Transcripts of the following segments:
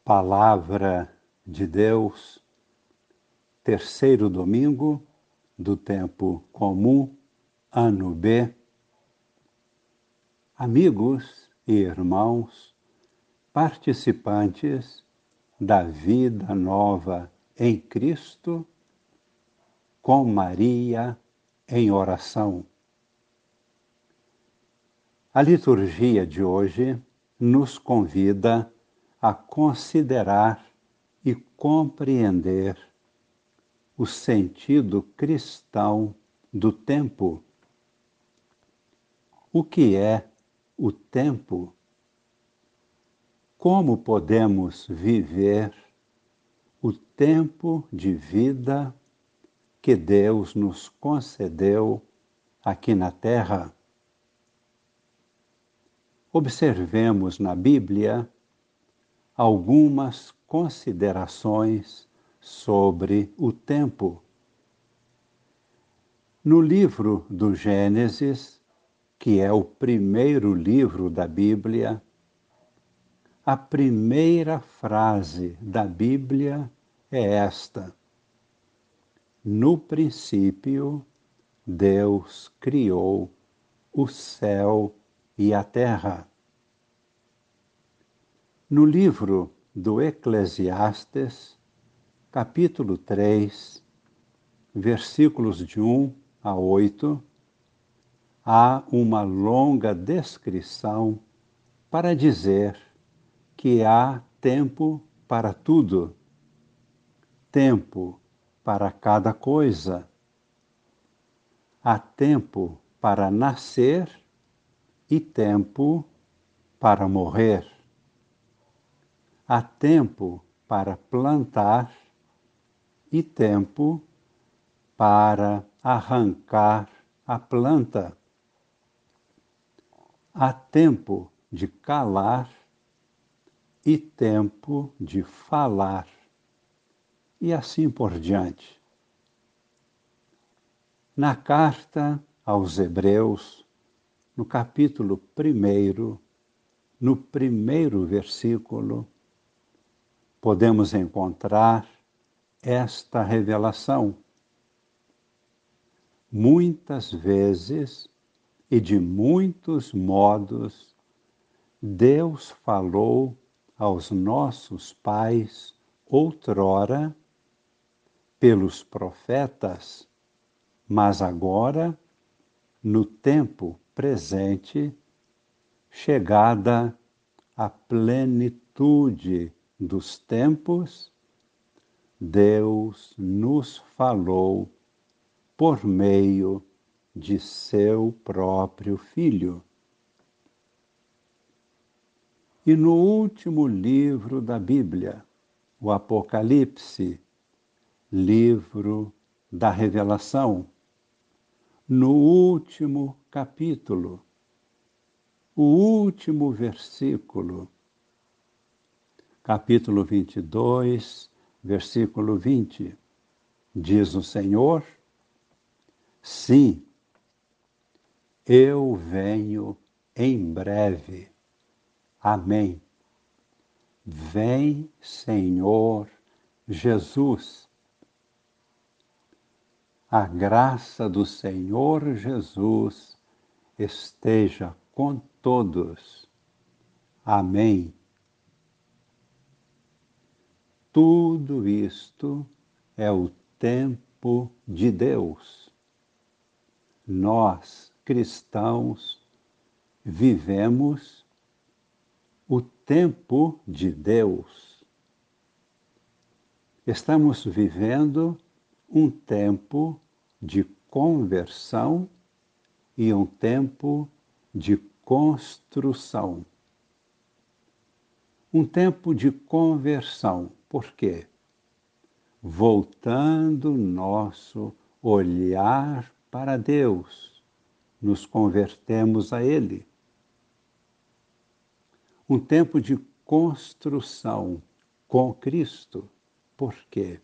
Palavra de Deus, terceiro domingo do tempo comum, ano B. Amigos e irmãos, participantes da vida nova em Cristo, com Maria em oração. A liturgia de hoje nos convida a considerar e compreender o sentido cristão do tempo. O que é o tempo? Como podemos viver o tempo de vida que Deus nos concedeu aqui na Terra? Observemos na Bíblia algumas considerações sobre o tempo. No livro do Gênesis, que é o primeiro livro da Bíblia, a primeira frase da Bíblia é esta: No princípio, Deus criou o céu e a terra. No livro do Eclesiastes, capítulo 3, versículos de 1 a 8, há uma longa descrição para dizer que há tempo para tudo, tempo para cada coisa. Há tempo para nascer e tempo para morrer. Há tempo para plantar e tempo para arrancar a planta. Há tempo de calar e tempo de falar, e assim por diante. Na carta aos Hebreus, no capítulo 1, no primeiro versículo, podemos encontrar esta revelação. Muitas vezes e de muitos modos, Deus falou aos nossos pais outrora pelos profetas, mas agora, no tempo presente, chegada a plenitude dos tempos, Deus nos falou por meio de seu próprio Filho. E no último livro da Bíblia, o Apocalipse, livro da Revelação, no último capítulo, o último versículo, capítulo 22, versículo 20, diz o Senhor: Sim, eu venho em breve. Amém. Vem, Senhor Jesus. A graça do Senhor Jesus esteja com todos. Amém. Tudo isto é o tempo de Deus. Nós, cristãos, vivemos o tempo de Deus. Estamos vivendo um tempo de conversão e um tempo de construção. Um tempo de conversão. Por quê? Voltando nosso olhar para Deus, nos convertemos a Ele. Um tempo de construção com Cristo. Por quê?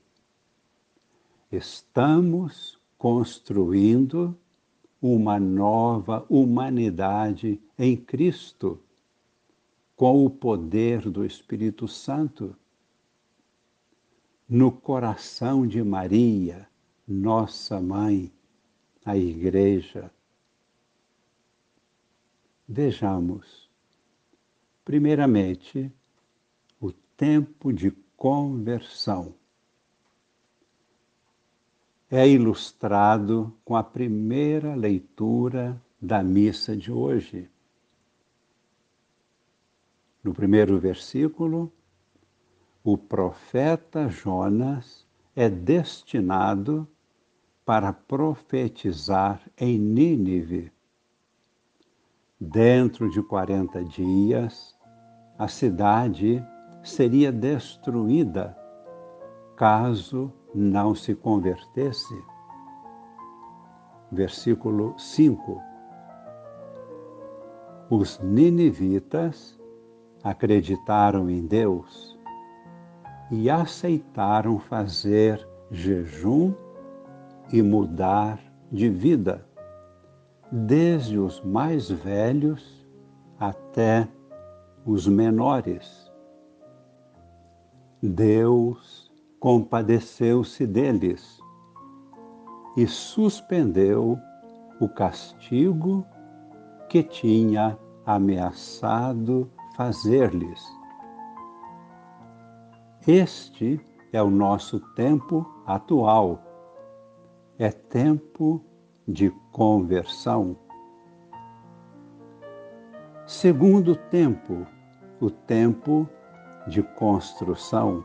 Estamos construindo uma nova humanidade em Cristo, com o poder do Espírito Santo. no coração de Maria, nossa mãe, a Igreja. Vejamos, primeiramente, o tempo de conversão. É ilustrado com a primeira leitura da missa de hoje. No primeiro versículo, o profeta Jonas é destinado para profetizar em Nínive. Dentro de 40 dias, a cidade seria destruída caso não se convertesse. Versículo 5. Os ninivitas acreditaram em Deus e aceitaram fazer jejum e mudar de vida, desde os mais velhos até os menores. Deus compadeceu-se deles e suspendeu o castigo que tinha ameaçado fazer-lhes. Este é o nosso tempo atual. É tempo de conversão. Segundo tempo, o tempo de construção.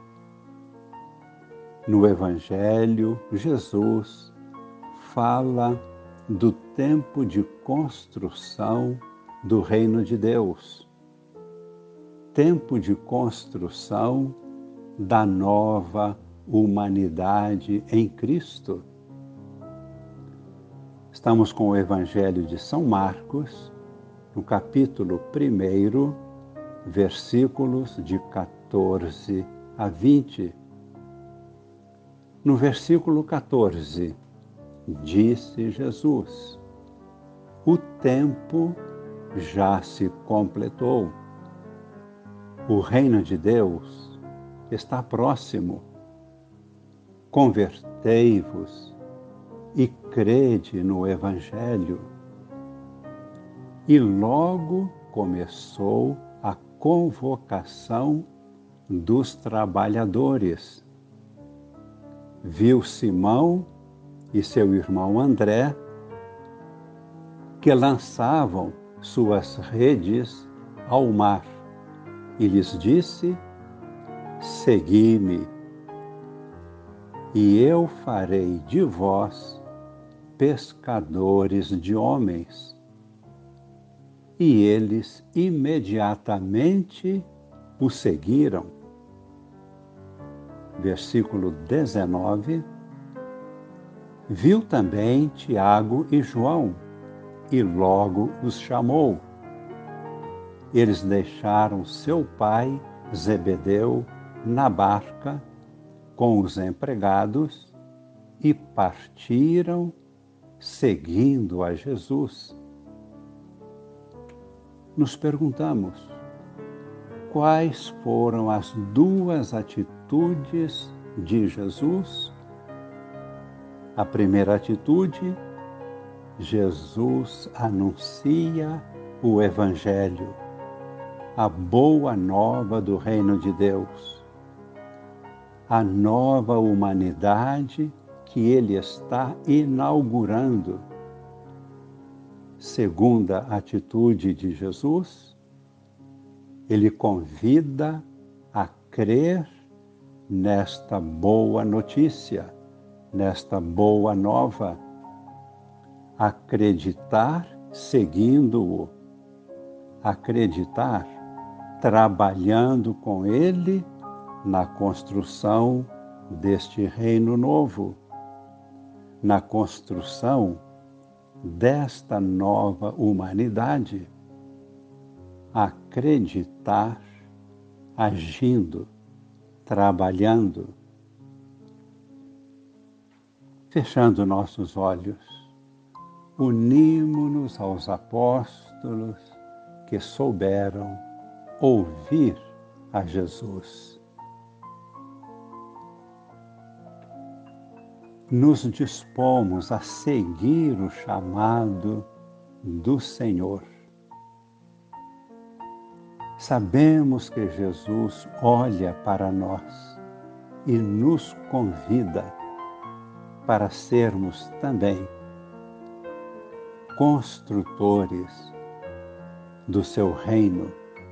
No Evangelho, Jesus fala do tempo de construção do reino de Deus. Tempo de construção da nova humanidade em Cristo. Estamos com o Evangelho de São Marcos, no capítulo 1, versículos de 14 a 20. No versículo 14, disse Jesus: o tempo já se completou. O reino de Deus está próximo. Convertei-vos e crede no Evangelho. E logo começou a convocação dos trabalhadores. Viu Simão e seu irmão André, que lançavam suas redes ao mar, e lhes disse: segui-me, e eu farei de vós pescadores de homens. E eles imediatamente o seguiram. Versículo 19. Viu também Tiago e João, e logo os chamou. Eles deixaram seu pai, Zebedeu, na barca com os empregados e partiram seguindo a Jesus. Nos perguntamos, quais foram as duas atitudes de Jesus? A primeira atitude, Jesus anuncia o Evangelho, a boa nova do reino de Deus, a nova humanidade que Ele está inaugurando. Segunda atitude de Jesus, Ele convida a crer nesta boa notícia, nesta boa nova, acreditar seguindo-o, acreditar trabalhando com Ele na construção deste reino novo, na construção desta nova humanidade, acreditar agindo, trabalhando. Fechando nossos olhos, unimo-nos aos apóstolos que souberam ouvir a Jesus. nos dispomos a seguir o chamado do Senhor. Sabemos que Jesus olha para nós e nos convida para sermos também construtores do seu reino.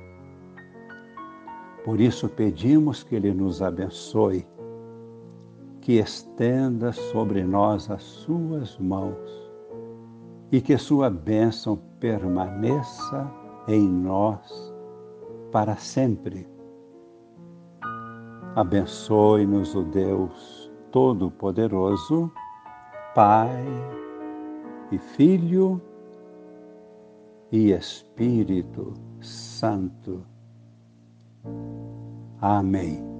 Por isso pedimos que Ele nos abençoe, que estenda sobre nós as suas mãos e que sua bênção permaneça em nós para sempre. Abençoe-nos o Deus Todo-Poderoso, Pai e Filho e Espírito Santo. Amém.